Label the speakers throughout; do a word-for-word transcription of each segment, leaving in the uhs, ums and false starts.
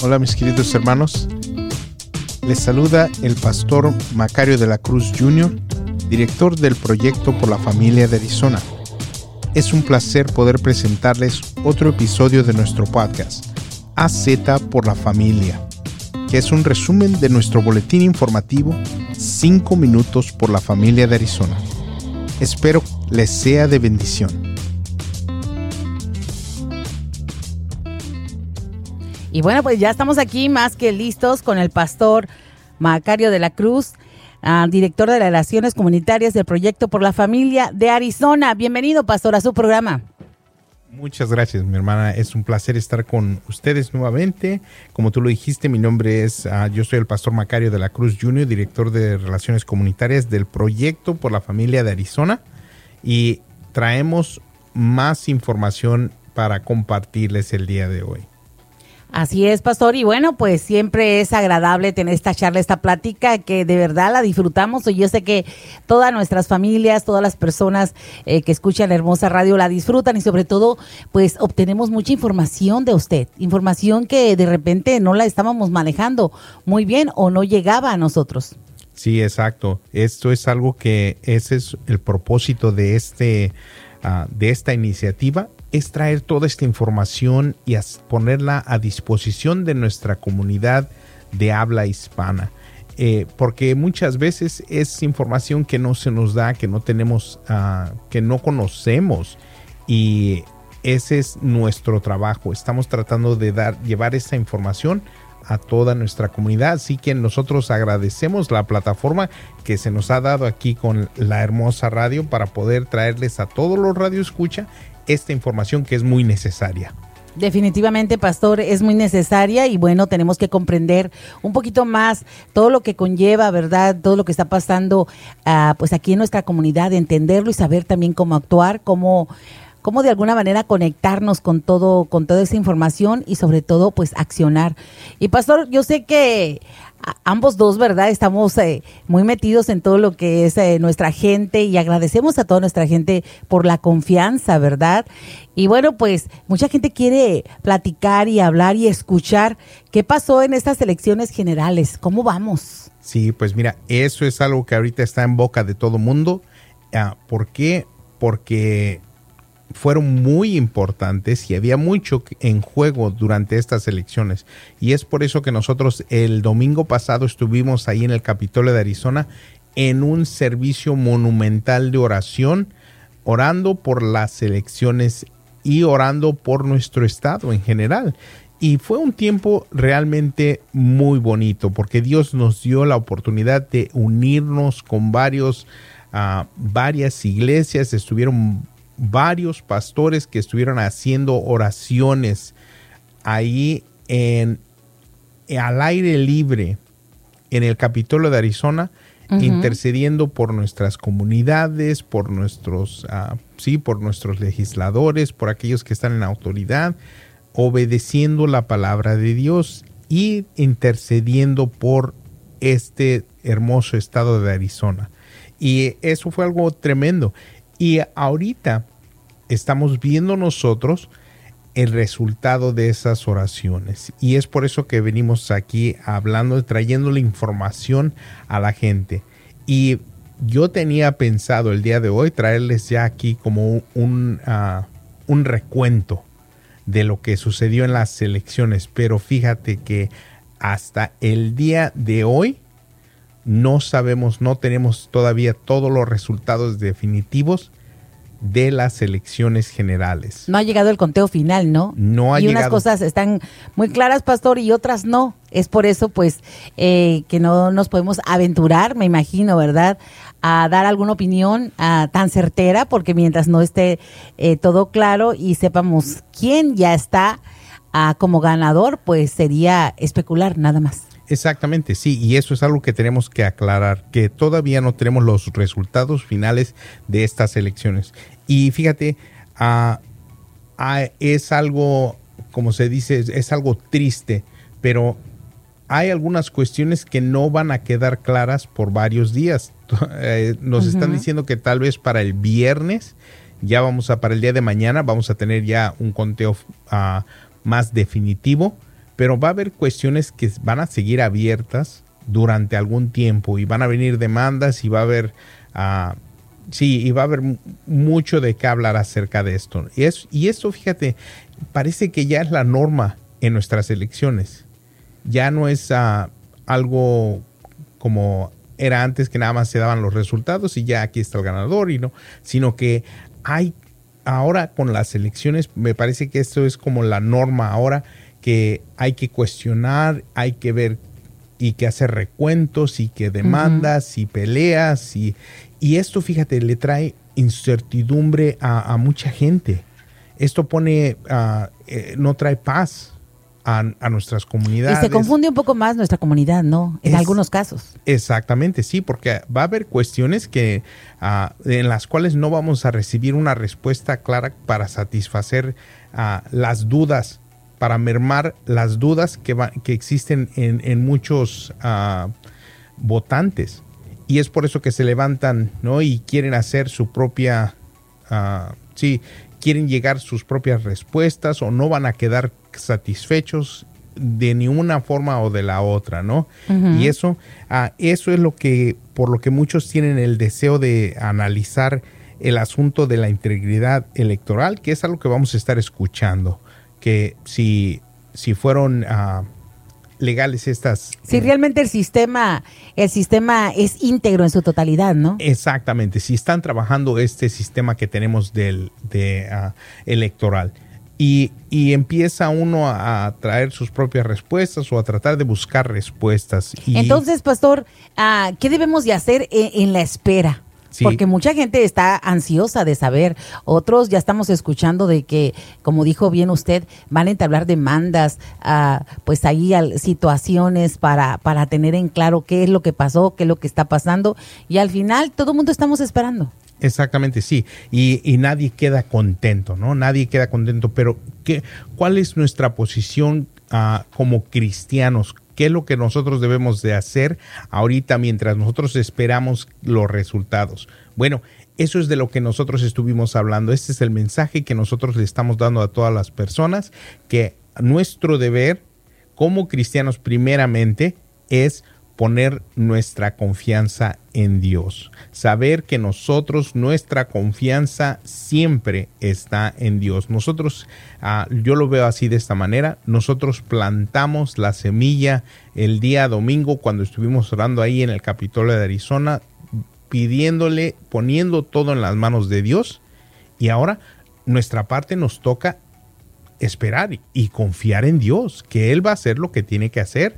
Speaker 1: Hola mis queridos hermanos, les saluda el pastor Macario de la Cruz junior, director del Proyecto por la Familia de Arizona. Es un placer poder presentarles otro episodio de nuestro podcast, A Z por la Familia, que es un resumen de nuestro boletín informativo cinco minutos por la familia de Arizona. Espero les sea de bendición.
Speaker 2: Y bueno, pues ya estamos aquí más que listos con el pastor Macario de la Cruz, uh, director de Relaciones Comunitarias del Proyecto por la Familia de Arizona. Bienvenido, pastor, a su programa.
Speaker 1: Muchas gracias, mi hermana. Es un placer estar con ustedes nuevamente. Como tú lo dijiste, mi nombre es, uh, yo soy el pastor Macario de la Cruz junior, director de Relaciones Comunitarias del Proyecto por la Familia de Arizona. Y traemos más información para compartirles el día de hoy.
Speaker 2: Así es, pastor, y bueno, pues siempre es agradable tener esta charla, esta plática, que de verdad la disfrutamos. Yo sé que todas nuestras familias, todas las personas eh, que escuchan la hermosa radio la disfrutan, y sobre todo, pues obtenemos mucha información de usted, información que de repente no la estábamos manejando muy bien o no llegaba a nosotros.
Speaker 1: Sí, exacto. Esto es algo que ese es el propósito de este uh, de esta iniciativa. Es traer toda esta información y ponerla a disposición de nuestra comunidad de habla hispana. Eh, porque muchas veces es información que no se nos da, que no tenemos, uh, que no conocemos. Y ese es nuestro trabajo. Estamos tratando de dar, llevar esa información a toda nuestra comunidad. Así que nosotros agradecemos la plataforma que se nos ha dado aquí con la hermosa radio para poder traerles a todos los radioescucha esta información que es muy necesaria.
Speaker 2: Definitivamente, pastor, es muy necesaria, y bueno, tenemos que comprender un poquito más todo lo que conlleva, ¿verdad? Todo lo que está pasando uh, pues aquí en nuestra comunidad, entenderlo y saber también cómo actuar, cómo, cómo de alguna manera conectarnos con todo, con toda esa información y sobre todo pues accionar. Y pastor, yo sé que ambos dos, ¿verdad? Estamos eh, muy metidos en todo lo que es eh, nuestra gente, y agradecemos a toda nuestra gente por la confianza, ¿verdad? Y bueno, pues mucha gente quiere platicar y hablar y escuchar qué pasó en estas elecciones generales. ¿Cómo vamos?
Speaker 1: Sí, pues mira, eso es algo que ahorita está en boca de todo mundo. Uh, ¿Por qué? Porque fueron muy importantes y había mucho en juego durante estas elecciones, y es por eso que nosotros el domingo pasado estuvimos ahí en el Capitolio de Arizona en un servicio monumental de oración, orando por las elecciones y orando por nuestro estado en general. Y fue un tiempo realmente muy bonito, porque Dios nos dio la oportunidad de unirnos con varios, uh, varias iglesias. Estuvieron varios pastores que estuvieron haciendo oraciones ahí en, al aire libre en el Capitolio de Arizona, uh-huh, intercediendo por nuestras comunidades, por nuestros, uh, sí, por nuestros legisladores, por aquellos que están en autoridad, obedeciendo la palabra de Dios y intercediendo por este hermoso estado de Arizona. Y eso fue algo tremendo. Y ahorita estamos viendo nosotros el resultado de esas oraciones. Y es por eso que venimos aquí hablando, trayéndole información a la gente. Y yo tenía pensado el día de hoy traerles ya aquí como un, uh, un recuento de lo que sucedió en las elecciones. Pero fíjate que hasta el día de hoy no sabemos, no tenemos todavía todos los resultados definitivos de las elecciones generales.
Speaker 2: No ha llegado el conteo final, ¿no?
Speaker 1: No ha
Speaker 2: y
Speaker 1: llegado.
Speaker 2: Unas cosas están muy claras, pastor, y otras no. Es por eso, pues, eh, que no nos podemos aventurar, me imagino, ¿verdad?, a dar alguna opinión uh, tan certera, porque mientras no esté eh, todo claro y sepamos quién ya está uh, como ganador, pues sería especular nada más.
Speaker 1: Exactamente, sí, y eso es algo que tenemos que aclarar, que todavía no tenemos los resultados finales de estas elecciones. Y fíjate, uh, uh, es algo, como se dice, es, es algo triste, pero hay algunas cuestiones que no van a quedar claras por varios días. Eh, nos uh-huh. están diciendo que tal vez para el viernes, ya vamos a, para el día de mañana, vamos a tener ya un conteo uh, más definitivo, pero va a haber cuestiones que van a seguir abiertas durante algún tiempo y van a venir demandas y va a haber, uh, sí, y va a haber mucho de qué hablar acerca de esto. Y, es, y esto, fíjate, parece que ya es la norma en nuestras elecciones. Ya no es uh, algo como era antes, que nada más se daban los resultados y ya aquí está el ganador, y no, sino que hay ahora con las elecciones, me parece que esto es como la norma ahora, que hay que cuestionar, hay que ver y que hacer recuentos y que demandas uh-huh. y peleas y, y esto, fíjate, le trae incertidumbre a, a mucha gente. Esto pone, uh, eh, no trae paz a, a nuestras comunidades.
Speaker 2: Y se confunde un poco más nuestra comunidad, ¿no? En es, algunos casos.
Speaker 1: Exactamente, sí, porque va a haber cuestiones que uh, en las cuales no vamos a recibir una respuesta clara para satisfacer uh, las dudas, para mermar las dudas que, va, que existen en, en muchos uh, votantes. Y es por eso que se levantan, ¿no? Y quieren hacer su propia, uh, sí, quieren llegar a sus propias respuestas o no van a quedar satisfechos de ni una forma o de la otra, ¿no? Uh-huh. Y eso, uh, eso es lo que, por lo que muchos tienen el deseo de analizar el asunto de la integridad electoral, que es algo que vamos a estar escuchando. Que si, si fueron uh, legales estas...
Speaker 2: Si eh, realmente el sistema, el sistema es íntegro en su totalidad, ¿no?
Speaker 1: Exactamente, si están trabajando este sistema que tenemos del, de, uh, electoral. Y, y empieza uno a, a traer sus propias respuestas o a tratar de buscar respuestas. Y
Speaker 2: entonces, pastor, uh, ¿qué debemos de hacer en, en la espera? Sí. Porque mucha gente está ansiosa de saber. Otros ya estamos escuchando de que, como dijo bien usted, van a entablar demandas, uh, pues ahí al, situaciones para, para tener en claro qué es lo que pasó, qué es lo que está pasando. Y al final todo el mundo estamos esperando.
Speaker 1: Exactamente, sí. Y, y nadie queda contento, ¿no? Nadie queda contento. Pero ¿qué, ¿cuál es nuestra posición uh, como cristianos? ¿Qué es lo que nosotros debemos de hacer ahorita mientras nosotros esperamos los resultados? Bueno, eso es de lo que nosotros estuvimos hablando. Este es el mensaje que nosotros le estamos dando a todas las personas, que nuestro deber como cristianos primeramente es poner nuestra confianza en Dios. Saber que nosotros, nuestra confianza siempre está en Dios. Nosotros, uh, yo lo veo así de esta manera, nosotros plantamos la semilla el día domingo cuando estuvimos orando ahí en el Capitolio de Arizona, pidiéndole, poniendo todo en las manos de Dios, y ahora nuestra parte nos toca esperar y confiar en Dios, que Él va a hacer lo que tiene que hacer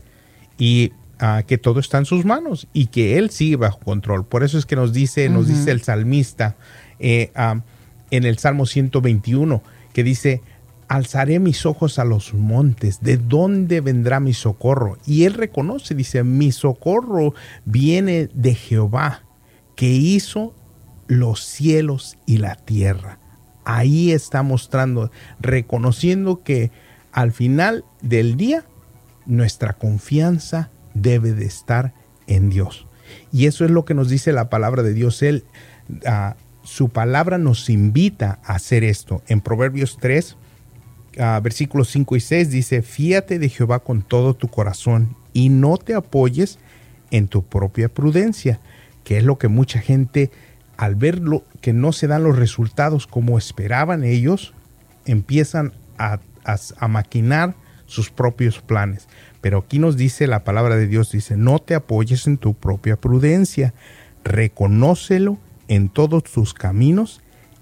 Speaker 1: y Uh, que todo está en sus manos y que Él sigue bajo control. Por eso es que nos dice, uh-huh. nos dice el salmista eh, uh, en el Salmo ciento veintiuno, que dice: alzaré mis ojos a los montes, ¿de dónde vendrá mi socorro? Y Él reconoce, dice: mi socorro viene de Jehová, que hizo los cielos y la tierra. Ahí está mostrando, reconociendo que al final del día nuestra confianza debe de estar en Dios. Y eso es lo que nos dice la palabra de Dios. Él, uh, su palabra nos invita a hacer esto. En Proverbios tres, uh, versículos cinco y seis dice: fíate de Jehová con todo tu corazón y no te apoyes en tu propia prudencia, que es lo que mucha gente, al ver lo, que no se dan los resultados como esperaban ellos, empiezan a, a, a maquinar sus propios planes. Pero aquí nos dice la palabra de Dios, dice: no te apoyes en tu propia prudencia, reconócelo en todos tus caminos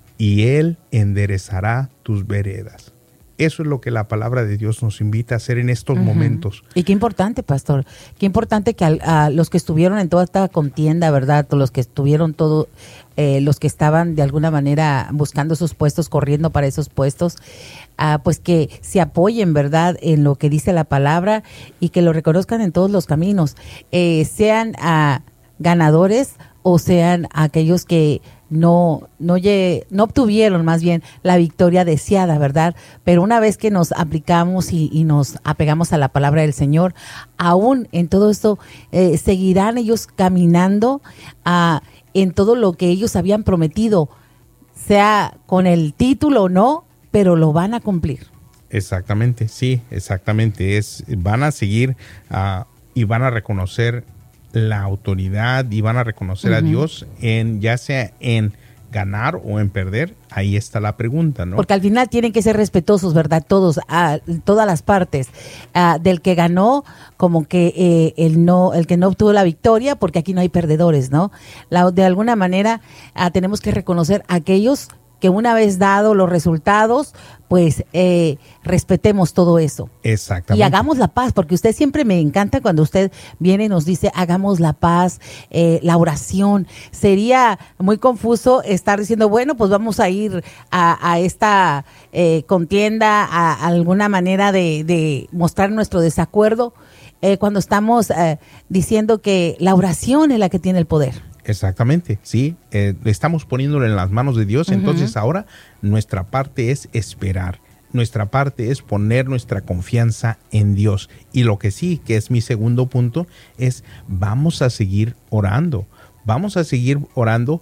Speaker 1: y Él enderezará tus veredas. Eso es lo que la palabra de Dios nos invita a hacer en estos uh-huh. momentos.
Speaker 2: Y qué importante, pastor, qué importante que a, a los que estuvieron en toda esta contienda, ¿verdad? Los que estuvieron todo, eh, los que estaban de alguna manera buscando esos puestos, corriendo para esos puestos, uh, pues que se apoyen, ¿verdad?, en lo que dice la palabra y que lo reconozcan en todos los caminos, eh, sean uh, ganadores o sean aquellos que no, no, no obtuvieron más bien la victoria deseada, ¿verdad? Pero una vez que nos aplicamos y, y nos apegamos a la palabra del Señor, aún en todo esto, eh, seguirán ellos caminando uh, en todo lo que ellos habían prometido, sea con el título o no, pero lo van a cumplir.
Speaker 1: Exactamente, sí, exactamente. Es, van a seguir uh, y van a reconocer la autoridad y van a reconocer uh-huh. a Dios en ya sea en ganar o en perder. Ahí está la pregunta, ¿no?
Speaker 2: Porque al final tienen que ser respetuosos, ¿verdad? Todos, uh, todas las partes, uh, del que ganó como que eh, el no, el que no obtuvo la victoria, porque aquí no hay perdedores, ¿no? La, de alguna manera uh, tenemos que reconocer a aquellos que una vez dado los resultados, pues eh, respetemos todo eso.
Speaker 1: Exactamente.
Speaker 2: Y hagamos la paz, porque usted siempre me encanta cuando usted viene y nos dice, hagamos la paz, eh, la oración. Sería muy confuso estar diciendo, bueno, pues vamos a ir a, a esta eh, contienda, a, a alguna manera de, de mostrar nuestro desacuerdo, eh, cuando estamos eh, diciendo que la oración es la que tiene el poder.
Speaker 1: Exactamente, sí, eh, estamos poniéndolo en las manos de Dios, uh-huh. entonces ahora nuestra parte es esperar, nuestra parte es poner nuestra confianza en Dios. Y lo que sí, que es mi segundo punto, es vamos a seguir orando, vamos a seguir orando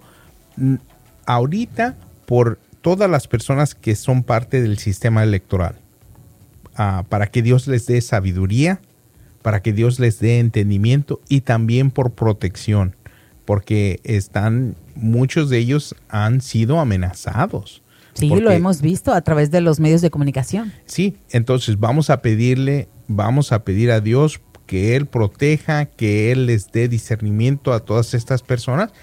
Speaker 1: ahorita por todas las personas que son parte del sistema electoral, uh, para que Dios les dé sabiduría, para que Dios les dé entendimiento y también por protección. Porque están, muchos de ellos han sido amenazados.
Speaker 2: Sí,
Speaker 1: porque,
Speaker 2: lo hemos visto a través de los medios de comunicación.
Speaker 1: Sí, entonces vamos a pedirle, vamos a pedir a Dios que Él proteja, que Él les dé discernimiento a todas estas personas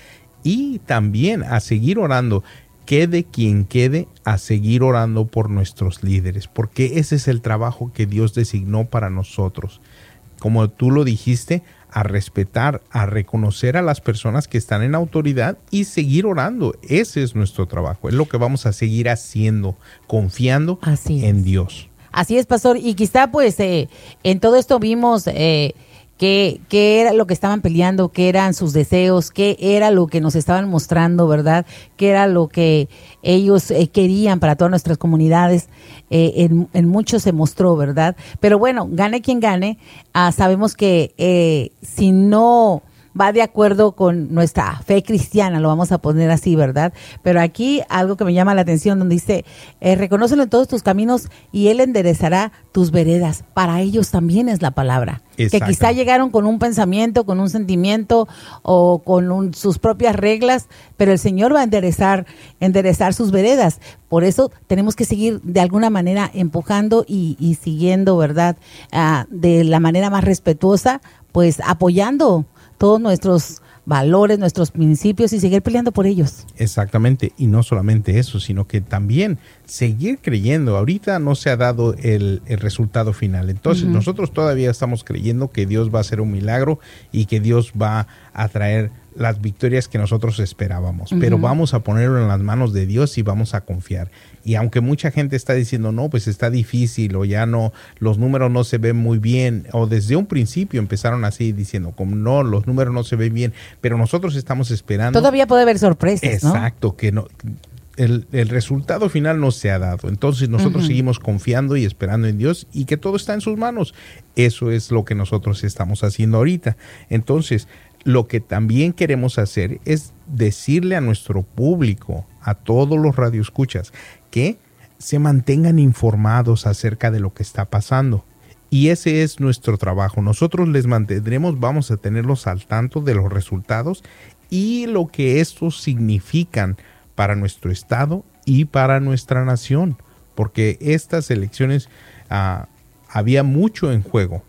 Speaker 1: y también a seguir orando, quede quien quede, a seguir orando por nuestros líderes, porque ese es el trabajo que Dios designó para nosotros. Como tú lo dijiste, a respetar, a reconocer a las personas que están en autoridad y seguir orando. Ese es nuestro trabajo, es lo que vamos a seguir haciendo, confiando en Dios.
Speaker 2: Así es, pastor, y quizá pues eh, en todo esto vimos eh, qué, qué era lo que estaban peleando, qué eran sus deseos, qué era lo que nos estaban mostrando, ¿verdad? Qué era lo que ellos eh, querían para todas nuestras comunidades. Eh, en, en muchos se mostró, ¿verdad? Pero bueno, gane quien gane, ah, sabemos que eh, si no va de acuerdo con nuestra fe cristiana, lo vamos a poner así, ¿verdad? Pero aquí algo que me llama la atención, donde dice, eh, reconócelo en todos tus caminos y Él enderezará tus veredas. Para ellos también es la palabra. Que quizá llegaron con un pensamiento, con un sentimiento o con un, sus propias reglas, pero el Señor va a enderezar, enderezar sus veredas. Por eso tenemos que seguir de alguna manera empujando y, y siguiendo, ¿verdad? Uh, de la manera más respetuosa, pues apoyando todos nuestros valores, nuestros principios y seguir peleando por ellos.
Speaker 1: Exactamente, y no solamente eso, sino que también seguir creyendo. Ahorita no se ha dado el, el resultado final, entonces uh-huh. nosotros todavía estamos creyendo que Dios va a hacer un milagro y que Dios va a traer las victorias que nosotros esperábamos, uh-huh. pero vamos a ponerlo en las manos de Dios y vamos a confiar. Y aunque mucha gente está diciendo, no, pues está difícil o ya no, los números no se ven muy bien, o desde un principio empezaron así diciendo, como no, los números no se ven bien, pero nosotros estamos esperando.
Speaker 2: Todavía puede haber sorpresas,
Speaker 1: exacto,
Speaker 2: ¿no?
Speaker 1: que no, el, el resultado final no se ha dado. Entonces nosotros uh-huh. seguimos confiando y esperando en Dios y que todo está en sus manos. Eso es lo que nosotros estamos haciendo ahorita. Entonces, lo que también queremos hacer es decirle a nuestro público, a todos los radioescuchas, que se mantengan informados acerca de lo que está pasando. Y ese es nuestro trabajo. Nosotros les mantendremos, vamos a tenerlos al tanto de los resultados y lo que estos significan para nuestro estado y para nuestra nación. Porque estas elecciones uh, había mucho en juego.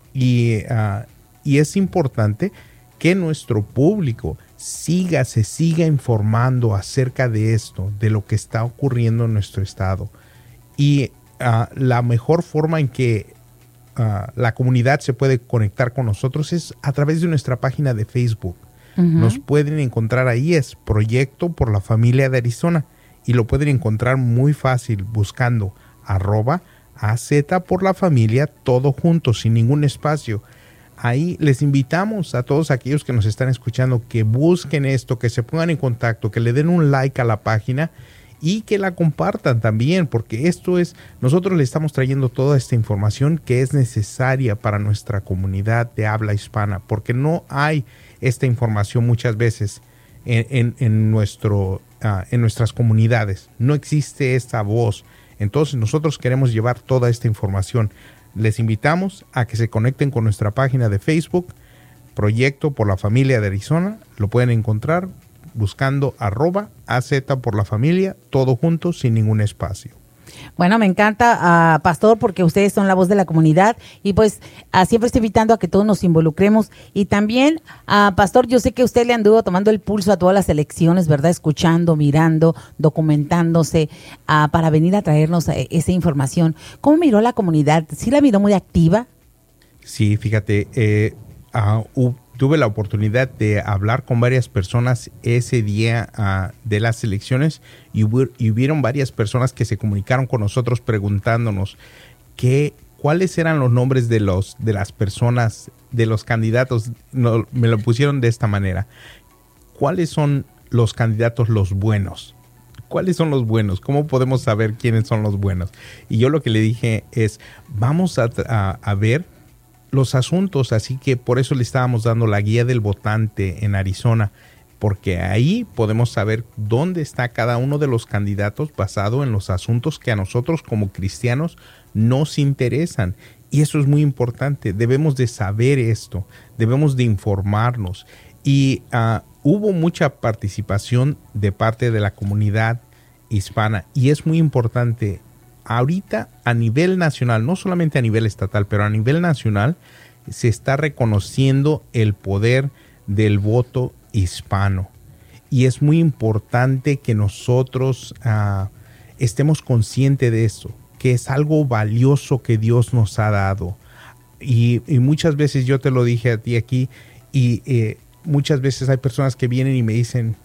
Speaker 1: Y, uh, y es importante que nuestro público siga, se siga informando acerca de esto, de lo que está ocurriendo en nuestro estado. Y uh, la mejor forma en que uh, la comunidad se puede conectar con nosotros es a través de nuestra página de Facebook. Uh-huh. Nos pueden encontrar ahí, es Proyecto por la Familia de Arizona. Y lo pueden encontrar muy fácil buscando arroba AZ por la familia, todo junto, sin ningún espacio. Ahí les invitamos a todos aquellos que nos están escuchando que busquen esto, que se pongan en contacto, que le den un like a la página y que la compartan también, porque esto es, nosotros le estamos trayendo toda esta información que es necesaria para nuestra comunidad de habla hispana, porque no hay esta información muchas veces en, en, en, nuestro, uh, en nuestras comunidades. No existe esta voz Entonces nosotros queremos llevar toda esta información. Les invitamos a que se conecten con nuestra página de Facebook, Proyecto por la Familia de Arizona. Lo pueden encontrar buscando arroba AZ por la Familia, todo junto, sin ningún espacio.
Speaker 2: Bueno, me encanta, uh, Pastor, porque ustedes son la voz de la comunidad y pues uh, siempre estoy invitando a que todos nos involucremos. Y también, uh, Pastor, yo sé que usted le anduvo tomando el pulso a todas las elecciones, ¿verdad? Escuchando, mirando, documentándose uh, para venir a traernos uh, esa información. ¿Cómo miró la comunidad? ¿Sí la miró muy activa?
Speaker 1: Sí, fíjate, eh, uh, uh, tuve la oportunidad de hablar con varias personas ese día uh, de las elecciones y, hubo, y hubieron varias personas que se comunicaron con nosotros preguntándonos qué, cuáles eran los nombres de, los, de las personas, de los candidatos. No, me lo pusieron de esta manera. ¿Cuáles son los candidatos los buenos? ¿Cuáles son los buenos? ¿Cómo podemos saber quiénes son los buenos? Y yo lo que le dije es, vamos a, a, a ver los asuntos, así que por eso le estábamos dando la guía del votante en Arizona, porque ahí podemos saber dónde está cada uno de los candidatos basado en los asuntos que a nosotros como cristianos nos interesan. Y eso es muy importante, debemos de saber esto, debemos de informarnos. Y uh, hubo mucha participación de parte de la comunidad hispana y es muy importante. Ahorita a nivel nacional, no solamente a nivel estatal, pero a nivel nacional, se está reconociendo el poder del voto hispano. Y es muy importante que nosotros uh, estemos conscientes de eso, que es algo valioso que Dios nos ha dado. Y, y muchas veces yo te lo dije a ti aquí, y eh, muchas veces hay personas que vienen y me dicen,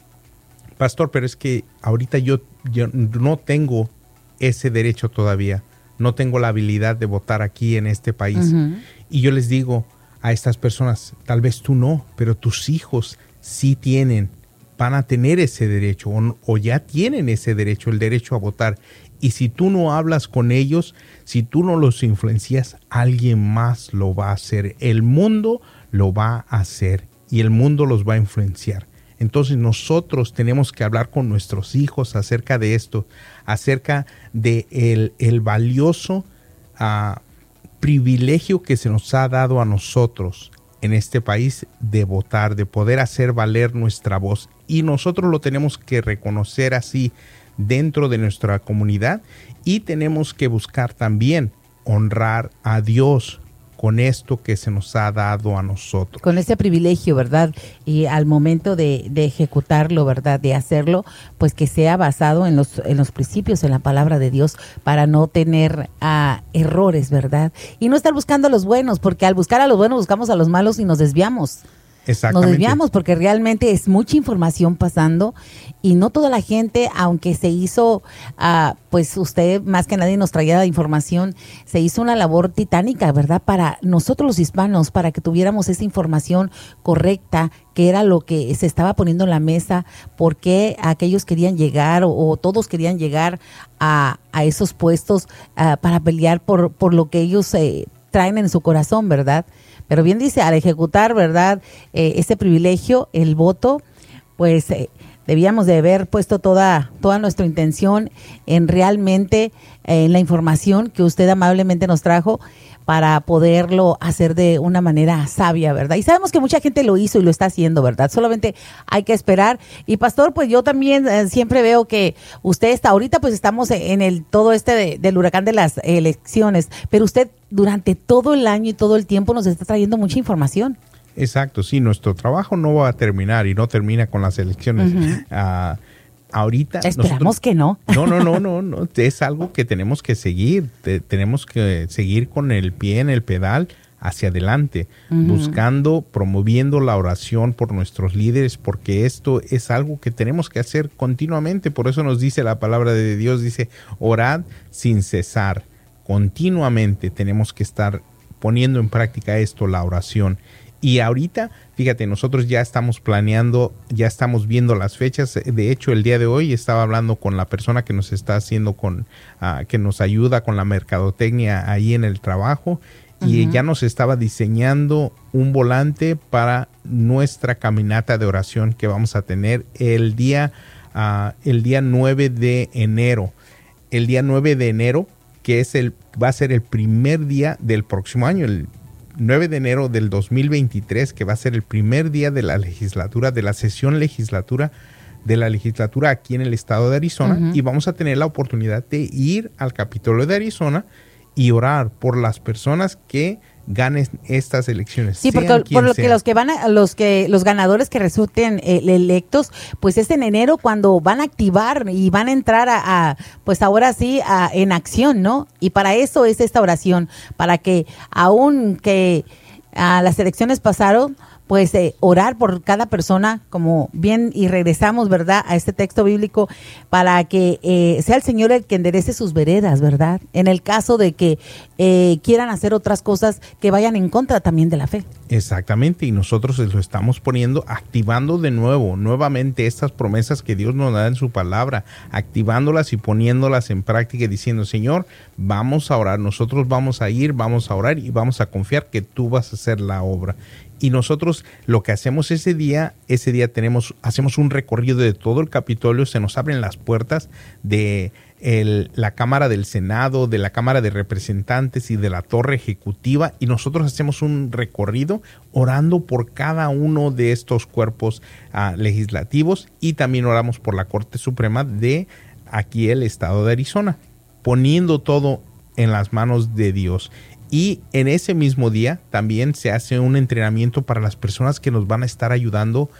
Speaker 1: Pastor, pero es que ahorita yo, yo no tengo ese derecho todavía, no tengo la habilidad de votar aquí en este país. Uh-huh. Y yo les digo a estas personas, tal vez tú no, pero tus hijos sí tienen, van a tener ese derecho o, o ya tienen ese derecho, el derecho a votar. Y si tú no hablas con ellos, si tú no los influencias, alguien más lo va a hacer. El mundo lo va a hacer y el mundo los va a influenciar. Entonces nosotros tenemos que hablar con nuestros hijos acerca de esto, acerca de el, el valioso uh, privilegio que se nos ha dado a nosotros en este país de votar, de poder hacer valer nuestra voz. Y nosotros lo tenemos que reconocer así dentro de nuestra comunidad y tenemos que buscar también honrar a Dios con esto que se nos ha dado a nosotros.
Speaker 2: Con ese privilegio, ¿verdad? Y al momento de, de ejecutarlo, ¿verdad? De hacerlo, pues que sea basado en los, en los principios, en la palabra de Dios, para no tener uh, errores, ¿verdad? Y no estar buscando a los buenos, porque al buscar a los buenos buscamos a los malos y nos desviamos. Nos desviamos porque realmente es mucha información pasando y no toda la gente, aunque se hizo, uh, pues usted más que nadie nos traía la información, se hizo una labor titánica, ¿verdad? Para nosotros los hispanos, para que tuviéramos esa información correcta, que era lo que se estaba poniendo en la mesa, por qué aquellos querían llegar o, o todos querían llegar a, a esos puestos uh, para pelear por, por lo que ellos eh, traen en su corazón, ¿verdad? Pero bien dice, al ejecutar, ¿verdad?, eh, ese privilegio, el voto, pues eh, debíamos de haber puesto toda, toda nuestra intención en realmente eh, en la información que usted amablemente nos trajo para poderlo hacer de una manera sabia, ¿verdad? Y sabemos que mucha gente lo hizo y lo está haciendo, ¿verdad? Solamente hay que esperar. Y Pastor, pues yo también eh, siempre veo que usted está, ahorita pues estamos en el todo este de, del huracán de las elecciones, pero usted durante todo el año y todo el tiempo nos está trayendo mucha información.
Speaker 1: Exacto, sí, nuestro trabajo no va a terminar y no termina con las elecciones. Uh-huh. Uh, ahorita
Speaker 2: esperamos nosotros, que no.
Speaker 1: No, no, no, no, no, es algo que tenemos que seguir, Te, tenemos que seguir con el pie en el pedal hacia adelante, uh-huh. buscando, promoviendo la oración por nuestros líderes, porque esto es algo que tenemos que hacer continuamente. Por eso nos dice la palabra de Dios, dice, orad sin cesar. Continuamente tenemos que estar poniendo en práctica esto, la oración. Y ahorita, fíjate, nosotros ya estamos planeando, ya estamos viendo las fechas. De hecho, el día de hoy estaba hablando con la persona que nos está haciendo con, uh, que nos ayuda con la mercadotecnia ahí en el trabajo. Y uh-huh. ya nos estaba diseñando un volante para nuestra caminata de oración que vamos a tener el día, uh, el día nueve de enero. el día nueve de enero, que es el, va a ser el primer día del próximo año, el nueve de enero del dos mil veintitrés, que va a ser el primer día de la legislatura, de la sesión legislatura de la legislatura aquí en el estado de Arizona, uh-huh. y vamos a tener la oportunidad de ir al Capitolio de Arizona y orar por las personas que ganen estas elecciones.
Speaker 2: Sí, porque por lo que los que van a, los que los ganadores que resulten eh, electos, pues es en enero cuando van a activar y van a entrar a, a pues ahora sí a, en acción, ¿no? Y para eso es esta oración, para que aun que a las elecciones pasaron, pues eh, orar por cada persona, como bien, y regresamos, ¿verdad?, a este texto bíblico, para que eh, sea el Señor el que enderece sus veredas, ¿verdad? En el caso de que eh, quieran hacer otras cosas que vayan en contra también de la fe.
Speaker 1: Exactamente, y nosotros lo estamos poniendo, activando de nuevo, nuevamente estas promesas que Dios nos da en su palabra, activándolas y poniéndolas en práctica y diciendo, Señor, vamos a orar, nosotros vamos a ir, vamos a orar y vamos a confiar que tú vas a hacer la obra. Y nosotros lo que hacemos ese día, ese día tenemos, hacemos un recorrido de todo el Capitolio, se nos abren las puertas de el, la Cámara del Senado, de la Cámara de Representantes y de la Torre Ejecutiva, y nosotros hacemos un recorrido orando por cada uno de estos cuerpos uh, legislativos, y también oramos por la Corte Suprema de aquí el estado de Arizona, poniendo todo en las manos de Dios. Y en ese mismo día también se hace un entrenamiento para las personas que nos van a estar ayudando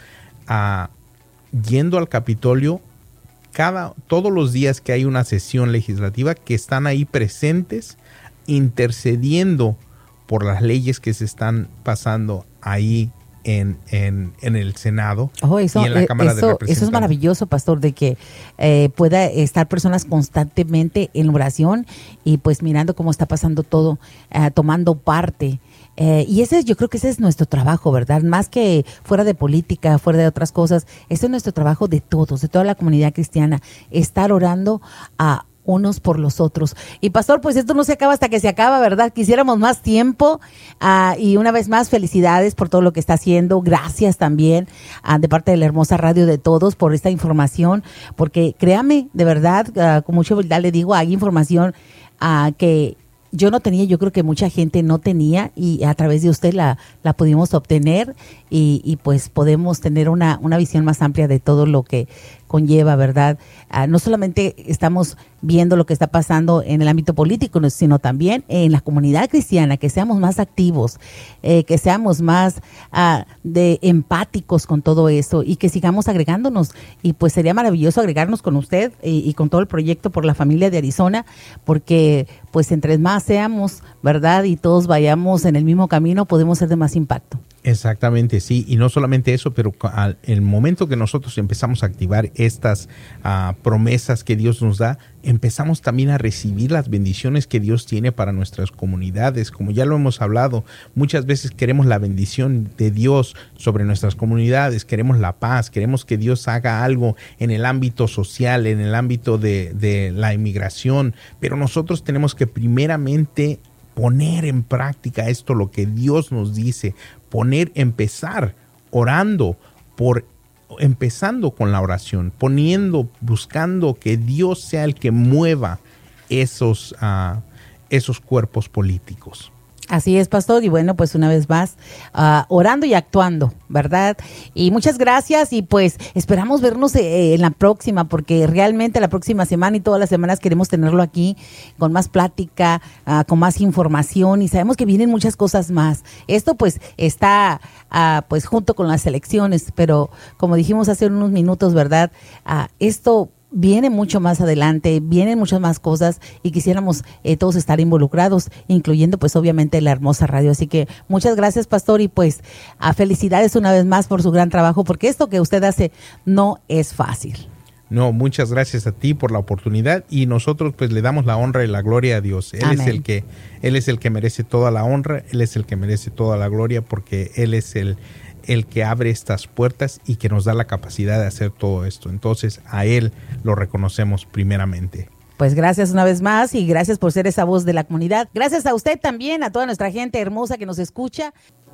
Speaker 1: a yendo al Capitolio cada, todos los días que hay una sesión legislativa, que están ahí presentes intercediendo por las leyes que se están pasando ahí en, en, en el Senado
Speaker 2: oh, eso,
Speaker 1: y en la Cámara
Speaker 2: eso,
Speaker 1: de Representantes.
Speaker 2: Eso es maravilloso, pastor, de que eh, pueda estar personas constantemente en oración y pues mirando cómo está pasando todo, eh, tomando parte. Eh, y ese yo creo que ese es nuestro trabajo, ¿verdad? Más que fuera de política, fuera de otras cosas, ese es nuestro trabajo de todos, de toda la comunidad cristiana, estar orando a unos por los otros. Y pastor, pues esto no se acaba hasta que se acaba, ¿verdad? Quisiéramos más tiempo uh, y una vez más felicidades por todo lo que está haciendo. Gracias también uh, de parte de la hermosa radio de todos por esta información, porque créame, de verdad, uh, con mucha humildad le digo, hay información uh, que yo no tenía, yo creo que mucha gente no tenía, y a través de usted la, la pudimos obtener y, y pues podemos tener una, una visión más amplia de todo lo que conlleva, ¿verdad? Uh, no solamente estamos viendo lo que está pasando en el ámbito político, sino también en la comunidad cristiana, que seamos más activos, eh, que seamos más uh, de empáticos con todo eso y que sigamos agregándonos. Y pues sería maravilloso agregarnos con usted y, y con todo el proyecto por la familia de Arizona, porque pues entre más seamos, ¿verdad? Y todos vayamos en el mismo camino, podemos ser de más impacto.
Speaker 1: Exactamente, sí, y no solamente eso, pero al el momento que nosotros empezamos a activar estas uh, promesas que Dios nos da, empezamos también a recibir las bendiciones que Dios tiene para nuestras comunidades. Como ya lo hemos hablado, muchas veces queremos la bendición de Dios sobre nuestras comunidades, queremos la paz, queremos que Dios haga algo en el ámbito social, en el ámbito de, de la inmigración, pero nosotros tenemos que primeramente poner en práctica esto, lo que Dios nos dice, poner, empezar orando por, empezando con la oración, poniendo, buscando que Dios sea el que mueva esos, uh, esos cuerpos políticos.
Speaker 2: Así es, pastor, y bueno, pues una vez más, uh, orando y actuando, ¿verdad? Y muchas gracias, y pues esperamos vernos eh, en la próxima, porque realmente la próxima semana y todas las semanas queremos tenerlo aquí con más plática, uh, con más información, y sabemos que vienen muchas cosas más. Esto pues está uh, pues junto con las elecciones, pero como dijimos hace unos minutos, ¿verdad? Uh, esto viene mucho más adelante, vienen muchas más cosas y quisiéramos eh, todos estar involucrados, incluyendo pues obviamente la hermosa radio. Así que muchas gracias, pastor, y pues a felicidades una vez más por su gran trabajo, porque esto que usted hace no es fácil.
Speaker 1: No, muchas gracias a ti por la oportunidad, y nosotros pues le damos la honra y la gloria a Dios. Él Amén. es el que él es el que merece toda la honra, él es el que merece toda la gloria, porque él es el el que abre estas puertas y que nos da la capacidad de hacer todo esto. Entonces, a Él lo reconocemos primeramente.
Speaker 2: Pues gracias una vez más, y gracias por ser esa voz de la comunidad. Gracias a usted también, a toda nuestra gente hermosa que nos escucha.